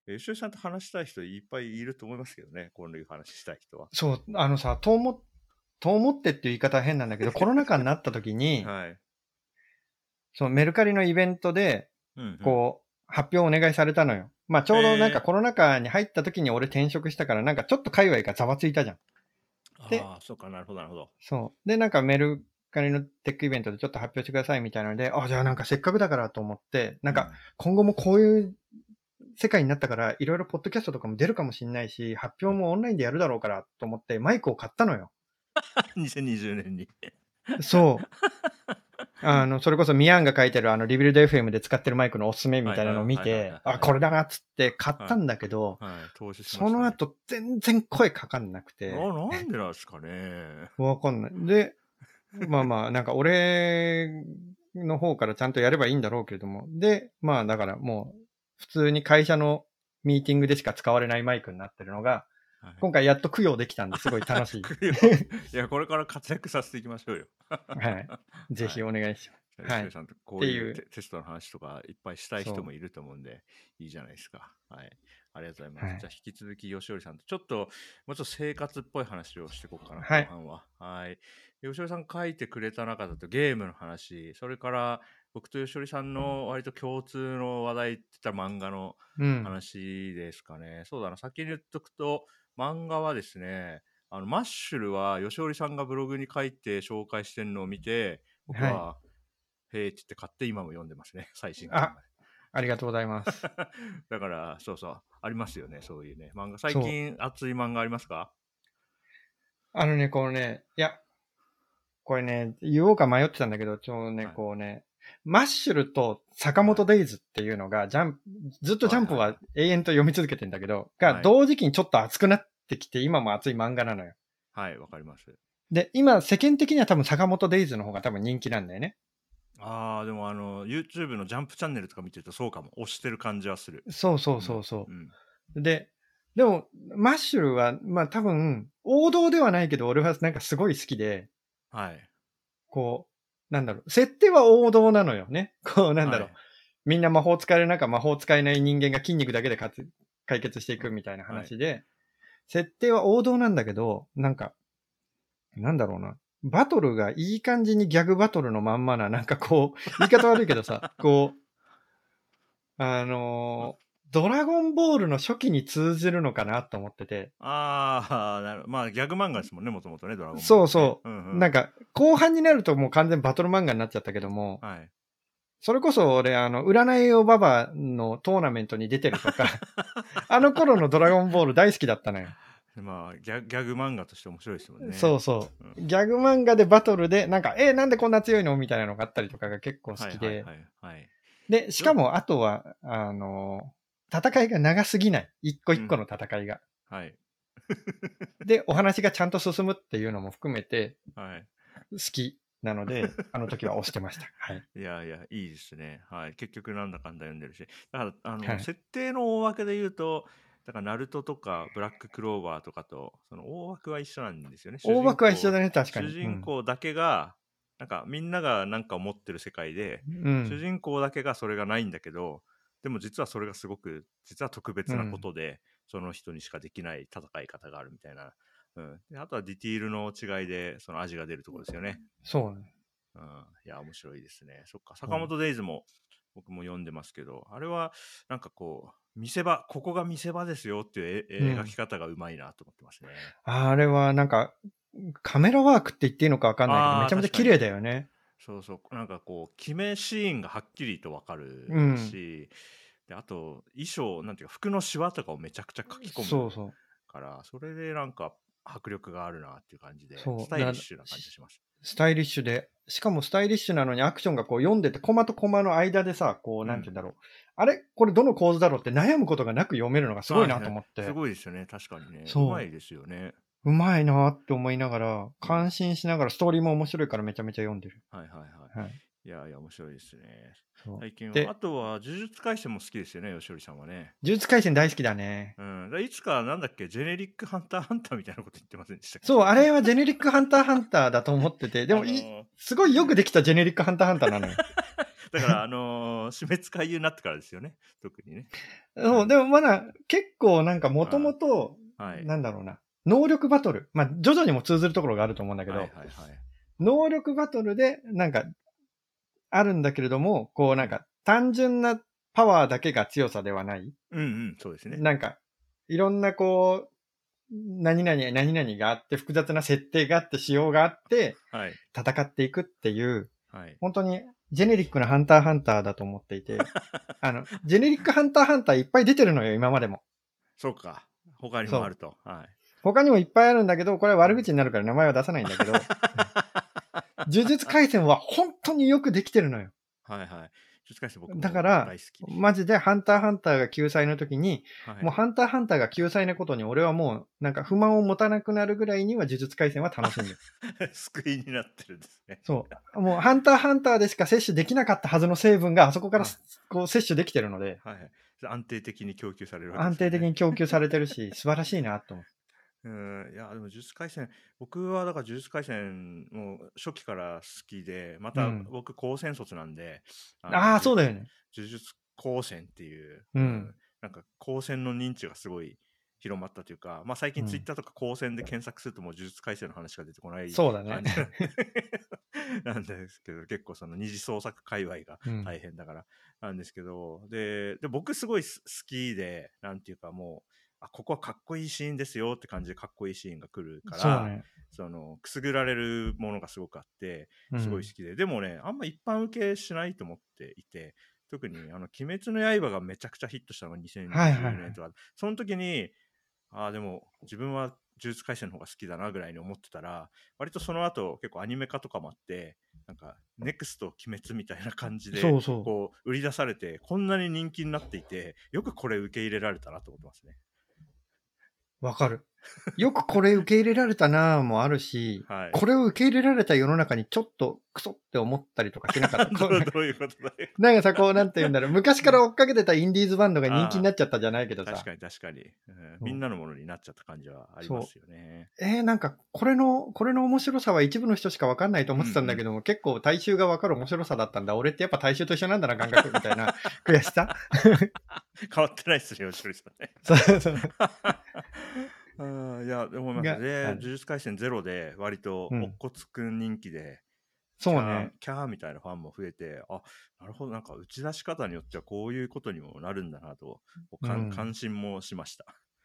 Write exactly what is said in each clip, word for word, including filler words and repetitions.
吉尾さんと話したい人いっぱいいると思いますけどね、こういう話したい人は。 そう、あのさ、と思、と思ってっていう言い方は変なんだけど、コロナ禍になった時に、 はい。 そのメルカリのイベントで、 うんうん、 こう、発表お願いされたのよ。まあちょうどなんかえー、 コロナ禍に入った時に俺転職したから、なんかちょっと界隈がざわついたじゃん。で、 ああ、そうか、なるほど、なるほど。 そう。で、なんかメルカリのテックイベントでちょっと発表してくださいみたいなので、あ、じゃあなんかせっかくだからと思って、なんか今後もこういう世界になったから、いろいろポッドキャストとかも出るかもしれないし、発表もオンラインでやるだろうからと思ってマイクを買ったのよ。 にせんにじゅうねんに。 そう。あの、それこそミヤンが書いてるあのリビルド エフエム で使ってるマイクのおすすめみたいなのを見て、あ、これだなっつって買ったんだけど、 はいはい、投資しましたね、 その後全然声かかんなくて。 あ、なんでなんですかね。 わかんない。で、まあまあ、なんか俺の方からちゃんとやればいいんだろうけれども。で、まあだからもう、普通に会社のミーティングでしか使われないマイクになってるのが、はい、今回やっと供養できたんですごい楽しい。 いや、これから活躍させていきましょうよ。 はい。ぜひお願いします。はい。 さんとこういうテストの話とかいっぱいしたい人もいると思うんで、いいじゃないですか。はい。ありがとうございます。はい、じゃあ引き続き吉織さんとちょっともうちょっと生活っぽい話をしていこうかな、はい、後半は。はい。吉織さん書いてくれた中だとゲームの話、それから僕と吉織さんの割と共通の話題って言ったら漫画の話ですかね。うん、そうだな、先に言っとくと、漫画はですね、あのマッシュルは吉織さんがブログに書いて紹介してるのを見て、僕は、はい、へーって言って買って今も読んでますね、最新刊まで。 ありがとうございます。 だから、そうそう、ありますよね、そういうね。漫画、最近熱い漫画ありますか？ あのね、このね、いや、これね、言おうか迷ってたんだけど、ちょうどね、はい、こうね、マッシュルと坂本デイズっていうのが、ジャンプ、ずっとジャンプは永遠と読み続けてんだけど、はいはい、が同時期にちょっと熱くなってきて、今も熱い漫画なのよ。 はい、わかります。 で、今、世間的には多分坂本デイズの方が多分人気なんだよね。 ああ、でもあの、YouTube のジャンプチャンネルとか見てるとそうかも。推してる感じはする。 そうそうそうそう。うんうん、で、でも、マッシュルは、まあ多分、王道ではないけど、俺はなんかすごい好きで、 はい。 こう、なんだろう、設定は王道なのよね。こう、なんだろう、はい、みんな魔法使える中、魔法使えない人間が筋肉だけで解決していくみたいな話で、はい、設定は王道なんだけど、なんか、なんだろうな。バトルがいい感じにギャグバトルのまんまな、なんかこう、言い方悪いけどさ、こう、あのー、ドラゴンボールの初期に通じるのかなと思ってて。 ああ、なるまあギャグ漫画ですもんね、もともとね、ドラゴンボール、ね。 そうそう、うんうん。なんか、後半になるともう完全バトル漫画になっちゃったけども、はい、それこそ俺、あの、占いおばばのトーナメントに出てるとか、あの頃のドラゴンボール大好きだったのよ。 まあギャ、ギャグ漫画として面白いですもんね。 そうそう。うん、ギャグ漫画でバトルで、なんか、えー、なんでこんな強いのみたいなのがあったりとかが結構好きで。はいはいはい、はい。で、しかも、あとは、あの、戦いが長すぎない。一個一個の戦いが。うん、はい。で、お話がちゃんと進むっていうのも含めて、はい。好きなので、あの時は押してました。はい。 いやいや、いいですね。はい。結局なんだかんだ読んでるし。だから、あの、はい、設定の大枠で言うと、だから、ナルトとか、ブラッククローバーとかと、その大枠は一緒なんですよね。 大枠は一緒だね、確かに。 主人公だけが、うん、なんか、みんながなんか思ってる世界で、うん、主人公だけがそれがないんだけど、でも実はそれがすごく、実は特別なことで、うん、その人にしかできない戦い方があるみたいな。うん、であとはディティールの違いで、その味が出るところですよね。 そうね。 うん、いや、面白いですね。そっか、坂本デイズも僕も読んでますけど、うん、あれはなんかこう、見せ場、ここが見せ場ですよっていう描き方がうまいなと思ってますね。 うん、あれはなんか、カメラワークって言っていいのか分かんないけど、めちゃめちゃ綺麗だよね。 そうそう、なんかこう、決めシーンがはっきりと分かるし、うん、であと、衣装、なんていうか、服のシワとかをめちゃくちゃ書き込むそうそうから、それでなんか、迫力があるなっていう感じで、スタイリッシュな感じがします。 スタイリッシュで、しかもスタイリッシュなのにアクションがこう読んでて、コマとコマの間でさ、こう、なんて言うんだろう。うん、あれこれどの構図だろうって悩むことがなく読めるのがすごいなと思って。 すごいですよね、確かにね。うまいですよね。 うまいなって思いながら、感心しながら、ストーリーも面白いからめちゃめちゃ読んでる。 はいはいはい。はい、いやいや、面白いですね。最近は。 あとは、呪術廻戦も好きですよね、吉織さんはね。 呪術廻戦大好きだね。 うん。いつか、なんだっけ、ジェネリックハンターハンターみたいなこと言ってませんでしたっけ？ そう、あれはジェネリックハンターハンターだと思ってて、でもい、すごいよくできたジェネリックハンターハンターなのよ。 だから、あのー、死滅回遊になってからですよね。特にね。 そう、でもまだ結構なんかもともと、 はい。 なんだろうな、能力バトル。まあ、徐々にも通ずるところがあると思うんだけど、 はいはいはい。 能力バトルで、なんか、あるんだけれども、こうなんか、単純なパワーだけが強さではない。 うんうん、そうですね。 なんか、いろんなこう、何々、何々があって、複雑な設定があって、仕様があって、 はい。 戦っていくっていう、 はい。 本当にジェネリックなハンターハンターだと思っていて、あの、ジェネリックハンターハンターいっぱい出てるのよ、今までも。 そうか。他にもあると。はい。 他にもいっぱいあるんだけど、これは悪口になるから名前は出さないんだけど、呪術廻戦は本当によくできてるのよ。 はいはい。呪術廻戦僕もだから、 大好き。 マジでハンターハンターが救済の時に、 はい、 もうハンターハンターが救済なことに俺はもうなんか不満を持たなくなるぐらいには呪術廻戦は楽しんでる。 救いになってるんですね。 そう。もうハンターハンターでしか摂取できなかったはずの成分があそこからこう摂取できてるので、 はい、安定的に供給されるわけですね。 安定的に供給されてるし、素晴らしいなと思う。 うん、いや、でも呪術廻戦、僕はだから呪術廻戦もう初期から好きで、また僕高専卒なんで、 うん、ああ、そうだよね。 呪術高専っていう、 うん、 うん、なんか高専の認知がすごい広まったというか、まあ最近ツイッターとか高専で検索するともう呪術廻戦の話しか出てこない感じ、 そうだね、 なんですけど、結構その二次創作界隈が大変だからなんですけど、うん、で、で僕すごい好きで、なんていうかもう、あ、ここはかっこいいシーンですよって感じでかっこいいシーンが来るから、そうね、そのくすぐられるものがすごくあってすごい好きで、うん、でもねあんま一般受けしないと思っていて、特にあの鬼滅の刃がめちゃくちゃヒットしたのがにせんにじゅうねんとか、はいはいはい、その時にあでも自分は呪術廻戦の方が好きだなぐらいに思ってたら、割とその後結構アニメ化とかもあって、なんかネクスト鬼滅みたいな感じでそうそうこう売り出されて、こんなに人気になっていて、よくこれ受け入れられたなと思ってますね。 わかる。よくこれ受け入れられたなぁもあるし、はい、これを受け入れられた世の中にちょっとクソって思ったりとかしなかった。 どうどういうことだよ。 なんかさ、こうなんて言うんだろう。昔から追っかけてたインディーズバンドが人気になっちゃったじゃないけどさ。 確かに確かに、うん、みんなのものになっちゃった感じはありますよね。 えー、なんかこれの、これの面白さは一部の人しか分かんないと思ってたんだけども、うんうん、結構大衆が分かる面白さだったんだ。俺ってやっぱ大衆と一緒なんだな、感覚みたいな悔しさ。 変わってないっすね、吉さんね。 そうそう。 あいやでもなんかね、はい、呪術廻戦ゼロで割とおっこつくん人気で、うん、 そうね、 キャーみたいなファンも増えて、あなるほど、なんか打ち出し方によってはこういうことにもなるんだなと、うん、関心もしました。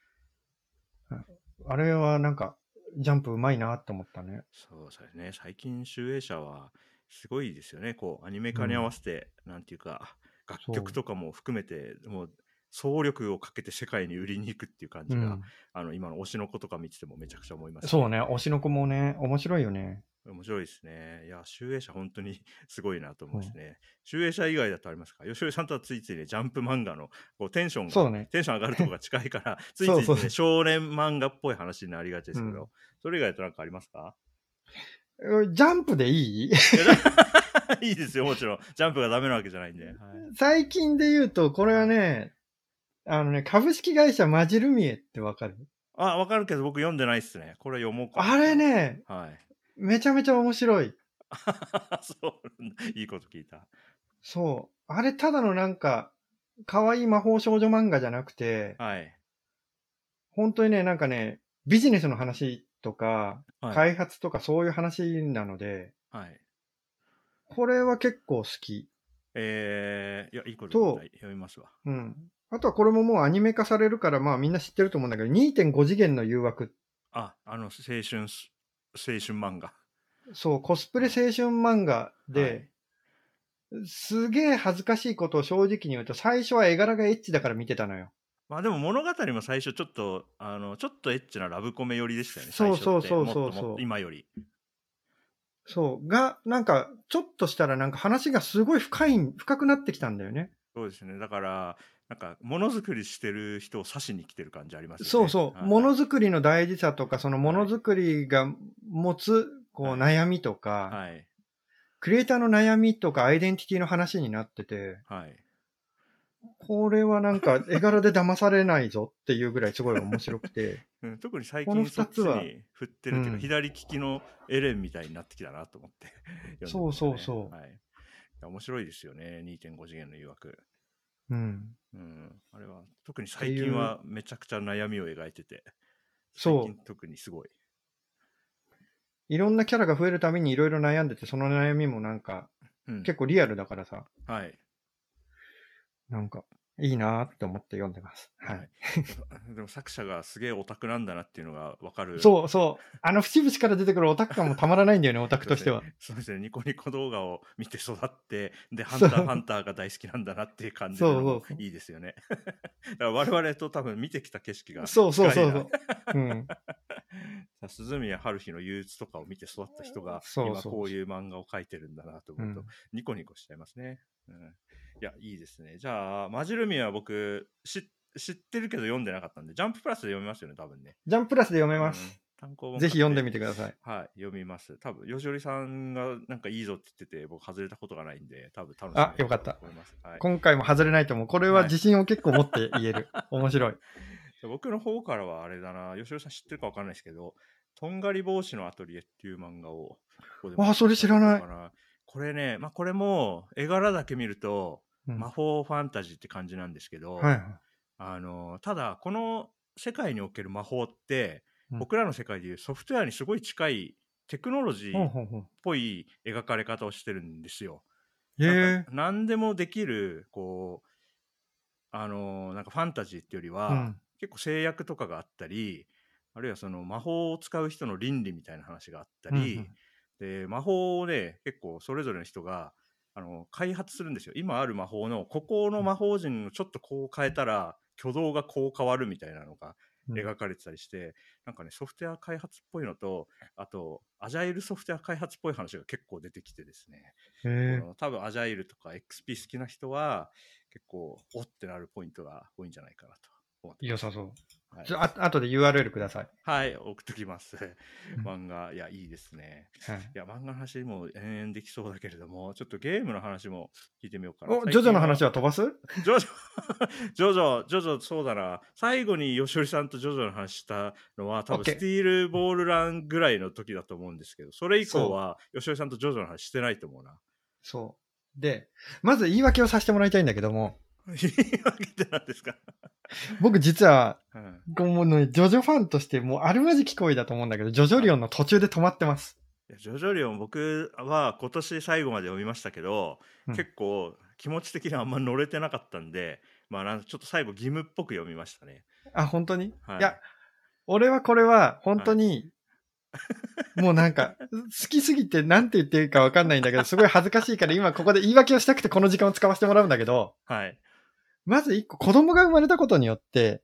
あれはなんかジャンプうまいなって思ったね。 そうですね、最近集英社はすごいですよね。こうアニメ化に合わせて、うん、なんていうか楽曲とかも含めてもう総力をかけて世界に売りに行くっていう感じが、うん、あの今の推しの子とか見ててもめちゃくちゃ思います、ね、 そうね、推しの子もね面白いよね。 面白いですね。いや、集英社本当にすごいなと思いますね。集英社以外だとありますか？吉織さんとはついついね、ジャンプ漫画のこうテンションが、ね、テンション上がるところが近いから、ついつい、ね、そうそう少年漫画っぽい話になりがちですけど、うん、それ以外だと何かありますか？ ジャンプでいい？ いいですよ、もちろん。ジャンプがダメなわけじゃないんで。はい、 最近で言うと、これはね、はい、あのね、株式会社マジルミエってわかる？ あ、わかるけど僕読んでないっすね。これ読もうかな。 あれね、 はい、 めちゃめちゃ面白い。 そう、いいこと聞いた。 そう。あれただのなんか、可愛い魔法少女漫画じゃなくて、 はい、 本当にね、なんかね、ビジネスの話とか、はい、開発とかそういう話なので、 はい、 これは結構好き。 えー、いや、いいこと言った。読みますわ。 うん。あとはこれももうアニメ化されるから、まあみんな知ってると思うんだけど、にてんご 次元の誘惑。 あ、あの、青春、青春漫画。 そう、コスプレ青春漫画で、はい、すげえ恥ずかしいことを正直に言うと、最初は絵柄がエッチだから見てたのよ。 まあでも物語も最初ちょっと、あの、ちょっとエッチなラブコメ寄りでしたよね。 そうそうそうそうそう。 今より。 そう。が、なんか、ちょっとしたらなんか話がすごい深い、深くなってきたんだよね。 そうですね。だから、なんか、ものづくりしてる人を指しに来てる感じありますよね。 そうそう。ものづくりの大事さとか、そのものづくりが持つ、こう、悩みとか、はいはい、クリエイターの悩みとかアイデンティティの話になってて、はい、これはなんか絵柄で騙されないぞっていうぐらいすごい面白くて、 うん、特に最近そっちに振ってるっていうか、うん、左利きのエレンみたいになってきたなと思って、 ね、そうそうそう、 はい、 や面白いですよね、にてんご 次元の誘惑。 うん。 うん。あれは、特に最近はめちゃくちゃ悩みを描いてて、 そう最近特にすごい。 いろんなキャラが増えるためにいろいろ悩んでて、その悩みもなんか、 うん、 結構リアルだからさ、 はい。 なんか、いいなーって思って読んでます。はい。はい、 でも作者がすげえオタクなんだなっていうのがわかる。 そうそう。あの節々から出てくるオタク感もたまらないんだよね、オタクとしては。 そうですね。ニコニコ動画を見て育って、で、ハンター、ハンターが大好きなんだなっていう感じのもいいですよね。だから我々と多分見てきた景色がそうそうそうそう。うん。 鈴宮春日の憂鬱とかを見て育った人が今こういう漫画を描いてるんだなと思うとニコニコしちゃいますね。うん、いや、いいですね。じゃあ、マジルミは僕知、知ってるけど読んでなかったんで、ジャンププラスで読みますよね、多分ね。 ジャンププラスで読めます。うん、単行本ぜひ読んでみてください。 はい、読みます。多分、よしおりさんがなんかいいぞって言ってて、僕外れたことがないんで、多分楽しみだと思います。あ、よかった。はい、今回も外れないと思う。これは自信を結構持って言える。はい、面白い。僕の方からはあれだな、よしおりさん知ってるか分かんないですけど、とんがり帽子のアトリエっていう漫画をここでもあ、それ知らない。これね、まあこれも絵柄だけ見ると、うん、魔法ファンタジーって感じなんですけど、はい、あのただこの世界における魔法って、うん、僕らの世界でいうソフトウェアにすごい近いテクノロジーっぽい描かれ方をしてるんですよ。なんか何でもできるこうあのなんかファンタジーっていうよりは、うん、結構制約とかがあったり、あるいはその魔法を使う人の倫理みたいな話があったり、うんうん、で魔法をね結構それぞれの人があの開発するんですよ。今ある魔法のここの魔法陣をちょっとこう変えたら挙動がこう変わるみたいなのが描かれてたりして、うん、なんかねソフトウェア開発っぽいのと、あとアジャイルソフトウェア開発っぽい話が結構出てきてですね、この多分アジャイルとか エックスピー 好きな人は結構おってなるポイントが多いんじゃないかなと思ってます。良さそう。はい、ちょあ後で ユーアールエル ください。はい、送っときます。漫画、いや、いいですね。はい、いや、漫画の話も延々できそうだけれども、ちょっとゲームの話も聞いてみようかな。お、ジョジョの話は飛ばす？ジョジョ、ジョジョ、ジョジョ、そうだな。最後に吉織さんとジョジョの話したのは、多分スティールボールランぐらいの時だと思うんですけど、それ以降は吉織さんとジョジョの話してないと思うな。そう。で、まず言い訳をさせてもらいたいんだけども、言い訳って何ですか？僕実は、うん、もうね、ジョジョファンとしてもうあるまじき行為だと思うんだけど、ジョジョリオンの途中で止まってます。いやジョジョリオン僕は今年最後まで読みましたけど、うん、結構気持ち的にはあんま乗れてなかったんで、まあなんかちょっと最後義務っぽく読みましたね。あ、本当に？はい、いや、俺はこれは本当に、はい、もうなんか、好きすぎてなんて言っていいか分かんないんだけど、すごい恥ずかしいから今ここで言い訳をしたくてこの時間を使わせてもらうんだけど、はい。まず一個、子供が生まれたことによって、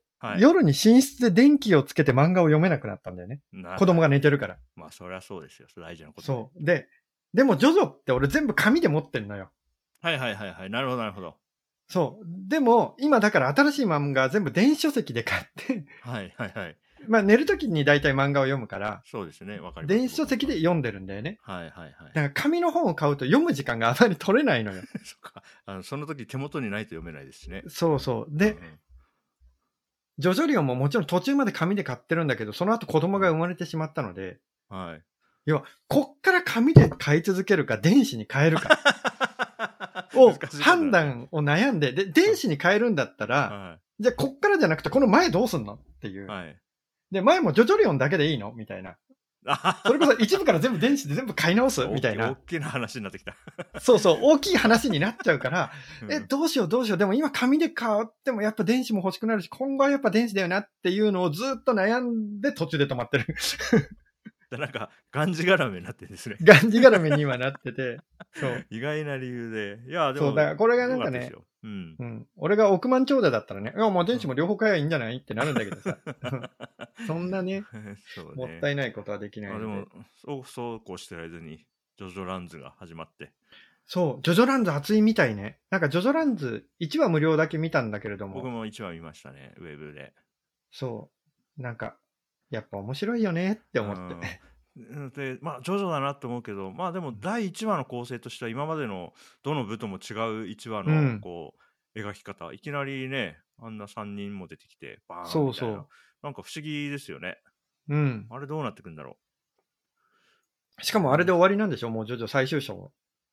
はい、夜に寝室で電気をつけて漫画を読めなくなったんだよね。子供が寝てるから。まあ、そりゃそうですよ。それ大事なこと、ね。そう。で、でもジョジョって俺全部紙で持ってんのよ。はいはいはいはい。なるほどなるほど。そう。でも、今だから新しい漫画全部電子書籍で買って、はいはいはい。まあ寝るときに大体漫画を読むから、そうですね。わかります。電子書籍で読んでるんだよね。はいはいはい。だから紙の本を買うと読む時間があまり取れないのよ。そっか。あの、その時手元にないと読めないですしね。そうそう。で、うん、ジョジョリオンももちろん途中まで紙で買ってるんだけど、その後子供が生まれてしまったので、はい。要は、こっから紙で買い続けるか、電子に変えるか。を判断を悩んで、で、電子に変えるんだったら、はい、じゃあこっからじゃなくてこの前どうすんのっていう。はい、で、前もジョジョリオンだけでいいのみたいな。それこそ一部から全部電子で全部買い直すみたいな。大きな話になってきた。そうそう、大きい話になっちゃうから、うん、え、どうしようどうしよう。でも今紙で買ってもやっぱ電子も欲しくなるし、今後はやっぱ電子だよなっていうのをずっと悩んで途中で止まってる。なんか、がんじがらめになってるんですね。がんじがらめに今なってて。そう。意外な理由で。いや、でも。そう、だからこれがなんかね、うん。うん。俺が億万長者だったらね、いや、もう電子も両方買えばいいんじゃないってなるんだけどさ。そんなね、そうね、もったいないことはできないので。あ、でも、そう、そうこうしてる間に、ジョジョランズが始まって。そう、ジョジョランズ熱いみたいね。なんかジョジョランズいちわ無料だけ見たんだけれども。僕もいちわ見ましたね、ウェブで。そう。なんか、やっぱ面白いよねって思って。で、まあ、ジョジョだなって思うけど、まあでもだいいちわの構成としては今までのどの部とも違ういちわのこう、うん、描き方。いきなりね、あんなさんにんも出てきて、バーンみたいな。そうそう。なんか不思議ですよね。うん。あれどうなってくんだろう。しかもあれで終わりなんでしょ、もうジョジョ最終章。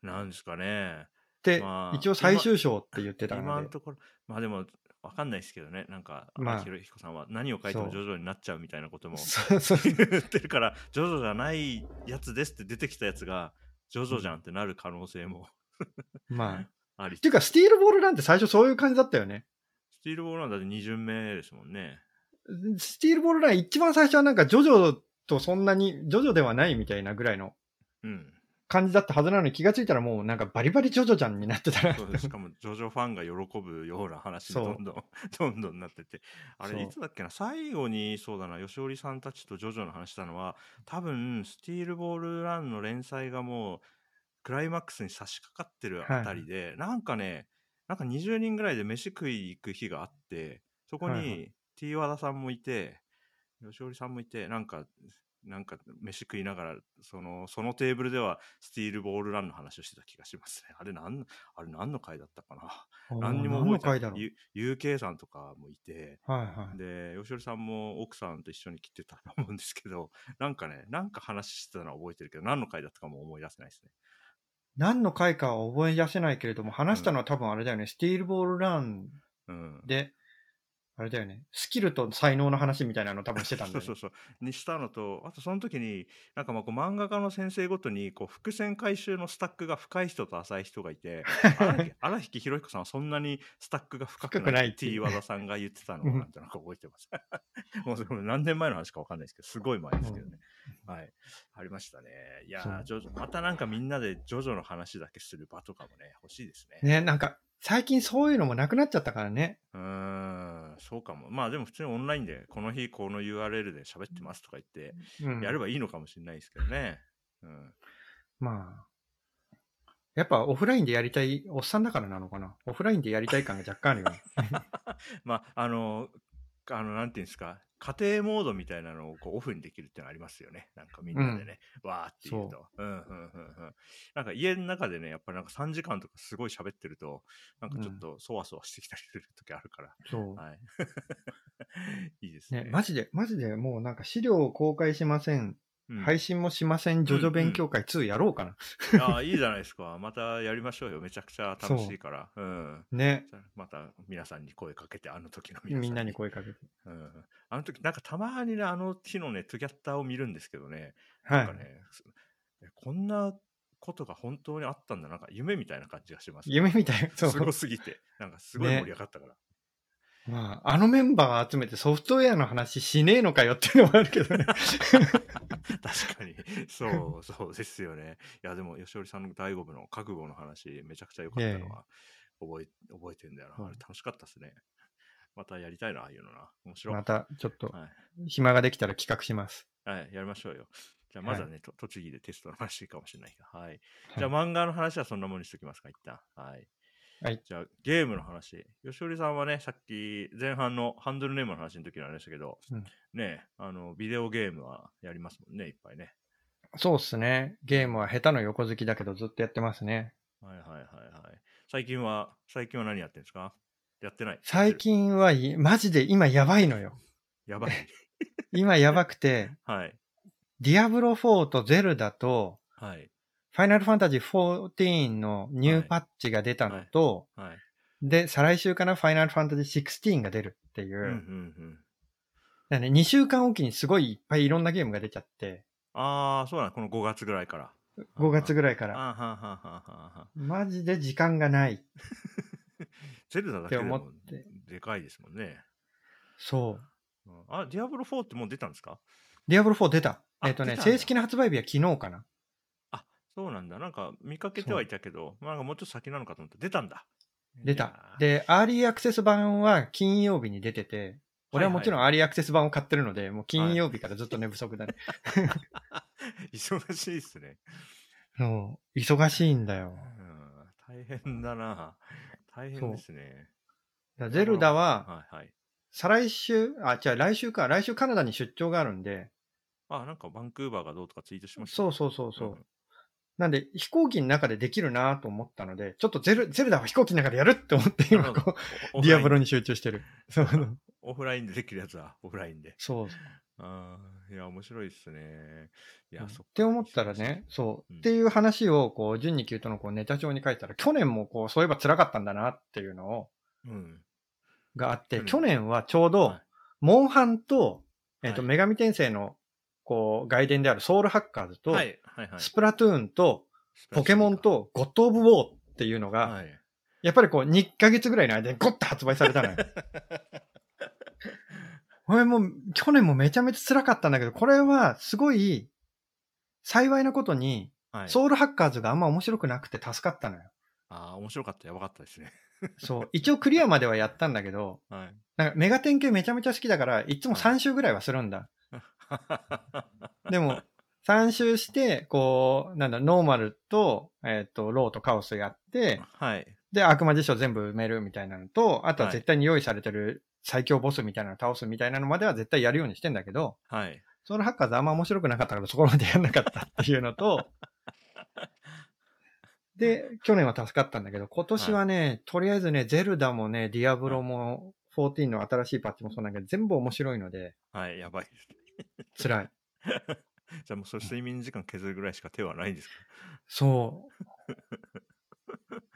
なんですかね。 で、 まあ、 一応最終章って言ってたので。 今のところ、まあでも、わかんないですけどね。なんか、 まあ荒木宏彦さんは何を書いてもジョジョになっちゃうみたいなこともそうそう言ってるから、ジョジョじゃないやつですって出てきたやつが、ジョジョじゃんってなる可能性も、 まあ。 あり。 っていうか、スティールボールなんて最初そういう感じだったよね。 スティールボールなんだってに巡目ですもんね。 スティールボールライン一番最初はなんかジョジョとそんなに、ジョジョではないみたいなぐらいのうん。 感じだったはずなのに気がついたらもうなんかバリバリジョジョじゃんになってたら。 そうしかも、ジョジョファンが喜ぶような話にどんどん、どんどんなってて。あれ、いつだっけな、最後に、そうだな、吉織さんたちとジョジョの話したのは、多分、スティールボールランの連載がもう、クライマックスに差し掛かってるあたりで、はい、なんかね、なんかにじゅうにんぐらいで飯食い行く日があって、そこに T 和田さんもいて、吉織さんもいて、なんか、なんか飯食いながら、その、そのテーブルではスティールボールランの話をしてた気がしますね。あれなん、あれ何の回だったかな。何にも覚えてない。何の回だろう。ユーケー さんとかもいて、 はいはい、 で、吉織さんも奥さんと一緒に来てたと思うんですけど、なんかね、なんか話してたのは覚えてるけど、何の回だったかも思い出せないですね。 何の回かは覚え出せないけれども、話したのは多分あれだよね、うん、スティールボールランで、うんあれだよね。スキルと才能の話みたいなの多分してたんだよね。 そうそうそう。にしたのと、あとその時に、なんかまあこう漫画家の先生ごとに、こう伏線回収のスタックが深い人と浅い人がいて、荒引宏彦さんはそんなにスタックが深くないって T 和田さんが言ってたのをなんとなく覚えてます。もうそれ何年前の話か分かんないですけど、すごい前ですけどね。うん、はい。ありましたね。いやー、ジョジョ、またなんかみんなでジョジョの話だけする場とかもね、欲しいですね。 ね、なんか、最近そういうのもなくなっちゃったからね。 うーん、そうかも。まあでも普通にオンラインで、この日この ユーアールエル で喋ってますとか言って、やればいいのかもしれないですけどね。うん、 まあ。やっぱオフラインでやりたいおっさんだからなのかな。オフラインでやりたい感が若干あるよね。 まあ、あの、あの、なんていうんですか、家庭モードみたいなのをこうオフにできるっていうのありますよね。なんかみんなでね、うん、わーって言うと。ううんうんうんうん。なんか家の中でね、やっぱりなんかさんじかんとかすごい喋ってると、なんかちょっとそわそわしてきたりする時あるから。 そう。 はい。いいですね。 ね、マジで、マジでもうなんか資料を公開しません。うん、配信もしません、ジョジョ勉強会ツーやろうかな。 うんうん、ああ、いいじゃないですか。またやりましょうよ。めちゃくちゃ楽しいから。ううん。 ね。 また皆さんに声かけて、あの時の皆さんに。 みんなに声かけて。 うん。あの時、なんかたまにね、あの日のね、トゥギャッターを見るんですけどね、なんかね、はい、こんなことが本当にあったんだ。なんか夢みたいな感じがします、ね。 夢みたい。 そう。すごすぎて。なんかすごい盛り上がったから。ね、 まあ、あのメンバー集めてソフトウェアの話しねえのかよっていうのもあるけどね。 確かに。そう、そうですよね。いや、でも、吉織さんの第五部の覚悟の話、めちゃくちゃ良かったのは、覚え、覚えてんだよな。あれ楽しかったですね。またやりたいな、ああいうのな。面白い。 また、ちょっと、暇ができたら企画します。 はい、やりましょうよ。じゃあ、まずはね、はい、栃木でテストの話かもしれないけど、はい。じゃあ、漫画の話はそんなものにしときますか、一旦。はい。 はい。 じゃあ、ゲームの話。吉織さんはね、さっき前半のハンドルネームの話の時にありましたけど、うん、ね、あの、ビデオゲームはやりますもんね、いっぱいね。 そうっすね。ゲームは下手の横好きだけどずっとやってますね。 はいはいはいはい。最近は、最近は何やってるんですか？やってない。 最近は、マジで今やばいのよ。 やばい。 今やばくて、 はい。 ディアブロフォーとゼルダと、 はい。 ファイナルファンタジーフォーティーンのニューパッチが出たのと、 はいはいはい、 で、再来週かな、ファイナルファンタジーシックスティーンが出るっていう。うんうんうん、だね、にしゅうかんおきにすごいいっぱいいろんなゲームが出ちゃって。 ああ、そうなの、このごがつぐらいから。 ごがつぐらいから。 あははははマジで時間がない。 ゼルダだけでもでかいですもんね。 そう。 あ、ディアブロフォーってもう出たんですか？ ディアブロフォー出た。えっとね、正式な発売日は昨日かな。 あ、そうなんだ。なんか見かけてはいたけど、なんかもうちょっと先なのかと思って出たんだ。 出た。で、アーリーアクセス版は金曜日に出てて、俺はもちろんアーリーアクセス版を買ってるので、もう金曜日からずっと寝不足だね。 忙しいっすね。 そう、忙しいんだよ。 うん、大変だな。大変ですね。 ゼルダは、はいはい、再来週、あ、違う、来週か、来週カナダに出張があるんで。 あ、なんかバンクーバーがどうとかツイートしました、 ね。そうそうそうそう。うん、なんで、飛行機の中でできるなと思ったので、ちょっとゼル、ゼルダは飛行機の中でやるって思って今こう、ディアブロに集中してる。 オフラインでできるやつはオフラインで。 そうそう。 ああ、いや、面白いっすね。いや、 うんそっか。 って思ったらね、そう、 うんっていう話を、こう、準に級とのこうネタ帳に書いたら、去年もこう、そういえば辛かったんだなっていうのを、 うん。 があって、 去年去年はちょうど、 はモンハンと、えっ、と、 はい女神転生の、こう、外伝であるソウルハッカーズと、 はいはいはい。 スプラトゥーンと、 スプラポケモンスリーかと、ゴッド・オブ・ウォーっていうのが、 はい。 やっぱりこう、にかげつぐらいの間にゴッと発売されたのよ。これも、去年もめちゃめちゃ辛かったんだけど、これはすごい、幸いなことに、 はい。 ソウルハッカーズがあんま面白くなくて助かったのよ。 ああ、面白かった。やばかったですね。 そう。一応クリアまではやったんだけど、 はい。 なんかメガテン系めちゃめちゃ好きだから、いつもさん周ぐらいはするんだ。でも、さん周して、こう、なんだ、ノーマルと、えっ、と、ローとカオスやって、 はい。 で、悪魔辞書全部埋めるみたいなのと、あとは絶対に用意されてる最強ボスみたいなの倒すみたいなのまでは絶対やるようにしてんだけど、 はい。 ソウルハッカーズあんま面白くなかったからそこまでやんなかったっていうのと、で、去年は助かったんだけど、今年はね、はい、とりあえずね、ゼルダもね、ディアブロも、じゅうよんの新しいパッチもそうなんだけど、全部面白いので、 はい、やばいですね。 辛い。 じゃあもうそれ睡眠時間削るぐらいしか手はないんですか？ そう。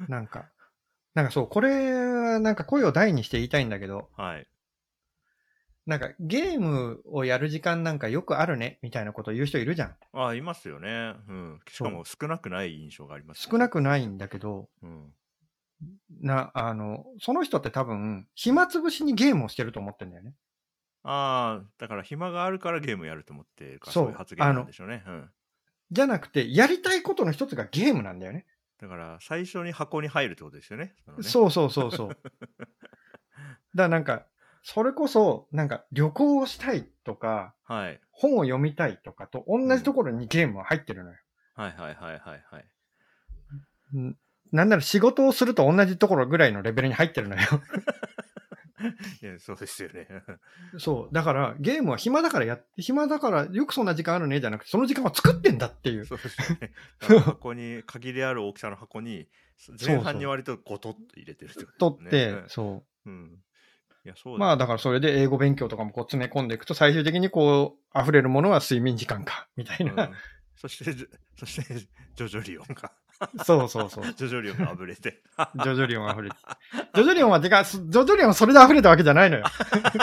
なんか、なんかそう、これはなんか声を大にして言いたいんだけど、 はい。 なんかゲームをやる時間なんかよくあるね、みたいなことを言う人いるじゃん。 ああ、いますよね。うん。しかも少なくない印象があります、 ね。少なくないんだけど、 うん。 な、あの、その人って多分、暇つぶしにゲームをしてると思ってんだよね。 ああ、だから暇があるからゲームやると思ってるから、そういう発言なんでしょうね。うん。 じゃなくて、やりたいことの一つがゲームなんだよね。 だから最初に箱に入るってことですよね。そ, ねそうそうそうそう。だからなんか、それこそ、なんか旅行をしたいとか、 はい、 本を読みたいとかと同じところにゲームは入ってるのよ。 うん、はいはいはいはいはい。 んなんなら仕事をすると同じところぐらいのレベルに入ってるのよ。 いや、そうですよね。 そう。だから、ゲームは暇だからやって、暇だからよくそんな時間あるね、じゃなくて、その時間は作ってんだっていう。 そうですよね。箱に、限りある大きさの箱に、前半に割とゴトッと入れてるってことですね。取って、そう。 うん。いや、そうだ、ね。 まあ、だからそれで英語勉強とかもこう詰め込んでいくと、最終的にこう、溢れるものは睡眠時間か、みたいな。うん、 そして、そして、ジョジョリオンが。 そうそうそう。 ジョジョリオンが溢れて。 ジョジョリオン溢れて。ジョジョリオンは、てか、ジョジョリオンはそれで溢れたわけじゃないのよ。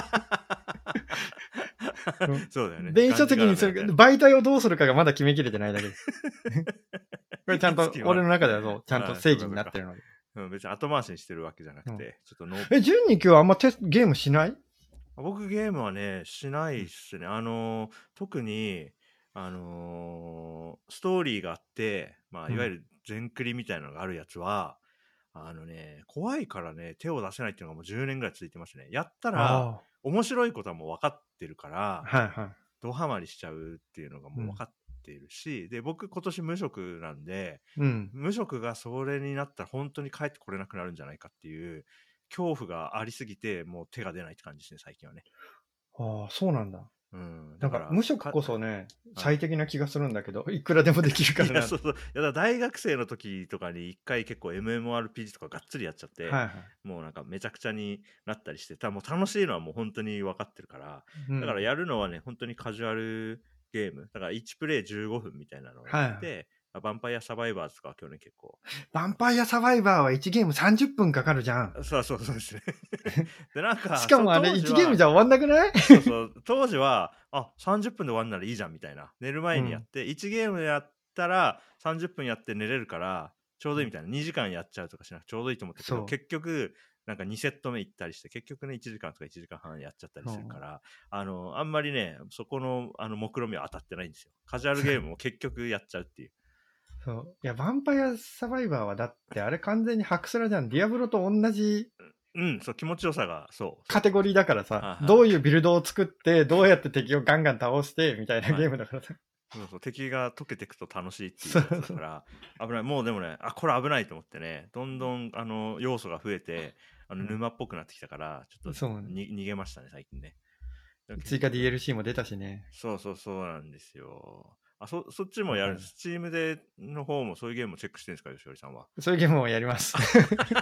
そうだよね。 電子書籍にする、媒体をどうするかがまだ決めきれてないだけです。これちゃんと、俺の中ではそう、ちゃんと正義になってるので。 うん、別に後回しにしてるわけじゃなくて、うん、ちょっとノーえ、じゅうに級はあんまテゲームしない？ 僕ゲームはね、しないっすね。あの、特に、あのー、ストーリーがあって、まあ、いわゆる全クリみたいなのがあるやつは、うん、あのね、怖いからね、手を出せないっていうのがもうじゅうねんぐらい続いてますね。やったら、面白いことはもう分かってるから、 はいはい、 ドハマりしちゃうっていうのがもう分かっているし、うん、で、僕今年無職なんで、 うん、 無職がそれになったら本当に帰ってこれなくなるんじゃないかっていう恐怖がありすぎて、もう手が出ないって感じですね、最近はね。 ああ、そうなんだ。 うん、 だから無職こそね、最適な気がするんだけど、 はい、 いくらでもできるからな。 いや、そうそう。いや、だ大学生の時とかに一回結構 エムエムアールピージー とかがっつりやっちゃって、はいはい、もうなんかめちゃくちゃになったりして、ただもう楽しいのはもう本当に分かってるから、うん、だからやるのはね、本当にカジュアルゲーム。だからいちプレイじゅうごふんみたいなのをやって、はいはい、ヴァンパイアサバイバーズとかは去年結構。 ヴァンパイアサバイバーはいちゲームさんじゅっぷんかかるじゃん。 そうそうそうですね。で、なんか。 しかもあれいちゲームじゃ終わんなくない？ そうそう。当時は、あ、さんじゅっぷんで終わんならいいじゃんみたいな。寝る前にやって、うん、いちゲームやったらさんじゅっぷんやって寝れるから、ちょうどいいみたいな。にじかんやっちゃうとかしなくてちょうどいいと思ったけど、結局、なんかにセット目行ったりして、結局ね、いちじかんとかいちじかんはんやっちゃったりするから、あの、あんまりね、そこの、あの、目論見は当たってないんですよ。カジュアルゲームも結局やっちゃうっていう。 そう。いや、ヴァンパイアサバイバーはだって、あれ完全にハクスラじゃん。ディアブロと同じ。 うん、そう、気持ちよさが、そう。 カテゴリーだからさ、はいはい、どういうビルドを作って、どうやって敵をガンガン倒して、みたいなゲームだからさ。 はい、そうそう、敵が溶けていくと楽しいっていうやつだから、危ない。もうでもね、あ、これ危ないと思ってね、どんどん、あの、要素が増えて、あの、沼っぽくなってきたから、ちょっと、ね、逃げましたね、最近ね。 追加 ディーエルシー も出たしね。 そうそうそうなんですよ。あ、そ、そっちもやるんです。スチームでの方もそういうゲームをチェックしてるんですか、吉織さんは。 そういうゲームもやります。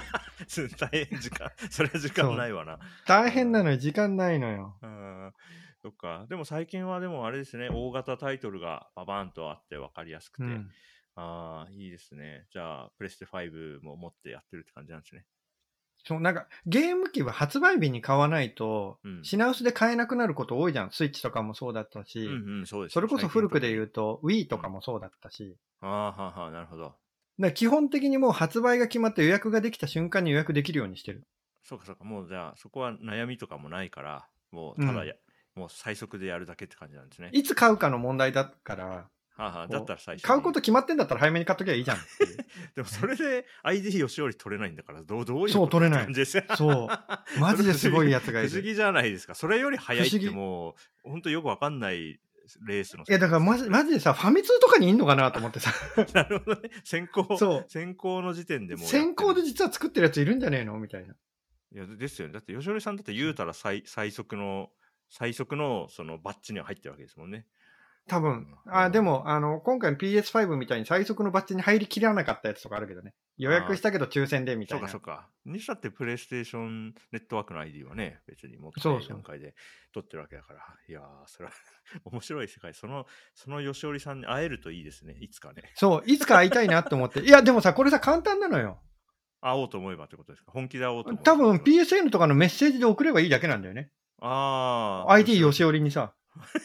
大変時間、それは時間ないわな。 大変なのよ、時間ないのよ。 うん。 そっか。でも最近はでもあれですね、大型タイトルがババーンとあって分かりやすくて、うん、ああ、いいですね。じゃあ、プレステファイブも持ってやってるって感じなんですね。 そう、なんか、ゲーム機は発売日に買わないと、品薄で買えなくなること多いじゃん。スイッチとかもそうだったし、 うんうん、そうです。 それこそ古くで言うと、Wii とかもそうだったし。 うん、ああ、はあはあ、なるほど。だから基本的にもう発売が決まって予約ができた瞬間に予約できるようにしてる。 そうかそうか、もうじゃあ、そこは悩みとかもないから、もうただや、うん、もう最速でやるだけって感じなんですね。 いつ買うかの問題だから、 はあはあ、だったら最初買うこと決まってんだったら早めに買っときゃいいじゃんっていう。 でもそれで アイディー 吉織取れないんだからどうどういうことそう取れない。そうマジですごいやつがいる。 不思議じゃないですか。それより早いってもう本当よくわかんないレースの。 いやだからマジマジでさファミ通とかにいんのかなと思ってさ。 なるほどね。先行そう先行の時点でも先行で実は作ってるやついるんじゃねえのみたいな。 いやですよね。だって吉織さんだって言うたら 最, 最速の最速のそのバッジには入ってるわけですもんね。 多分。あ、でも、あの、今回の ピーエスファイブ みたいに最速のバッジに入りきらなかったやつとかあるけどね。予約したけど抽選でみたいな。 そうかそうか。にしたってプレイステーションネットワークの アイディー はね、別にもっと段階で取ってるわけだから。そうそういやー、それは面白い世界。その、その吉織さんに会えるといいですね。いつかね。 そう、いつか会いたいなと思って。いや、でもさ、これさ、簡単なのよ。 会おうと思えばってことですか？本気で会おうと思えば。 多分 ピーエスエヌ とかのメッセージで送ればいいだけなんだよね。 ああ。 アイディー 吉織にさ。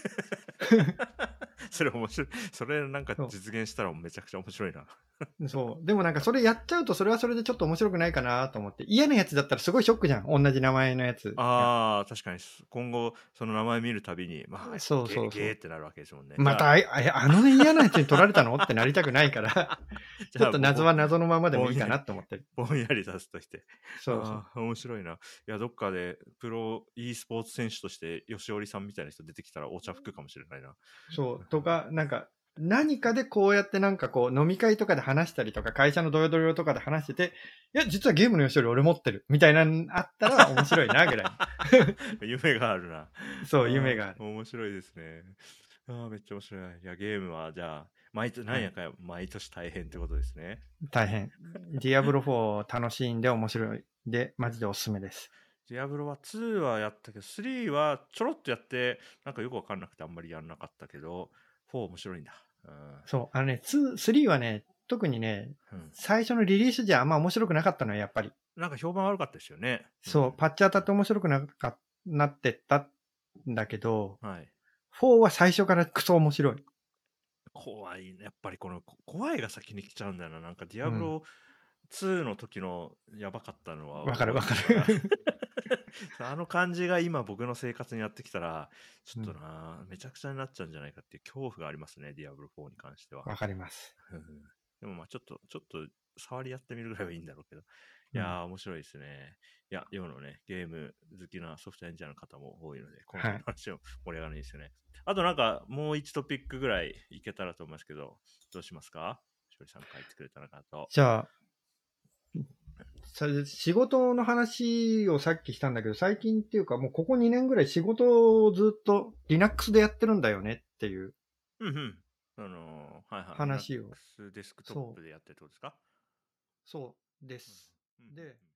それ面白い。それなんか実現したらめちゃくちゃ面白いな。 そう。でもなんかそれやっちゃうとそれはそれでちょっと面白くないかなと思って。嫌なやつだったらすごいショックじゃん。同じ名前のやつ。 ああ、確かに。今後その名前見るたびに、まあ、 そうそうそうゲーってなるわけですもんね。 また、あ, あの嫌なやつに取られたのってなりたくないから、ちょっと謎は謎のままでもいいかなと思ってる。 ぼんやりさせとして。 そうそう。 面白いな。いや、どっかでプロ e スポーツ選手として吉織さんみたいな人出てきたらお茶吹くかもしれないな。 そう。とか、なんか、何かでこうやってなんかこう飲み会とかで話したりとか会社の同僚とかで話してて、いや、実はゲームの吉織俺持ってるみたいなのあったら面白いなぐらい。 夢があるな。 そう、夢がある。 面白いですね。ああ、めっちゃ面白い。いや、ゲームはじゃあ、毎年、何やか毎年大変ってことですね。 大変。ディアブロフォー楽しいんで面白い。で、マジでおすすめです。 ディアブロはツーはやったけど、スリーはちょろっとやって、なんかよくわかんなくてあんまりやんなかったけど、フォー面白いんだ。うん、 そう、あのね、ツー、スリーはね、特にね、うん、最初のリリースじゃあんま面白くなかったのよ、やっぱり。 なんか評判悪かったですよね。 そう、うん、パッチ当たって面白くなかなってったんだけど、 はい、 フォーは最初からクソ面白い。 怖いね。やっぱりこの怖いが先に来ちゃうんだよな。なんかディアブロツーの時のやばかったのはわ、うん、かるわかる。 あの感じが今僕の生活にやってきたら、ちょっとな、うん、めちゃくちゃになっちゃうんじゃないかっていう恐怖がありますね、ディアブロフォーに関しては。 わかります。 でもまあちょっと、ちょっと触りやってみるぐらいはいいんだろうけど。いやー、面白いですね。いや、世のね、ゲーム好きなソフトエンジニアの方も多いので、この話を盛り上がるんですよね。はい、あとなんか、もう一トピックぐらいいけたらと思いますけど、どうしますか？しおりさん書いてくれたのかと。 じゃあ、仕事の話をさっきしたんだけど、最近っていうかもうここにねんぐらい仕事をずっと Linux でやってるんだよねっていう。 うんうん。あのー、はいはい。 話を。 Linux デスクトップでやってるってことですか？ そうです。うん、で、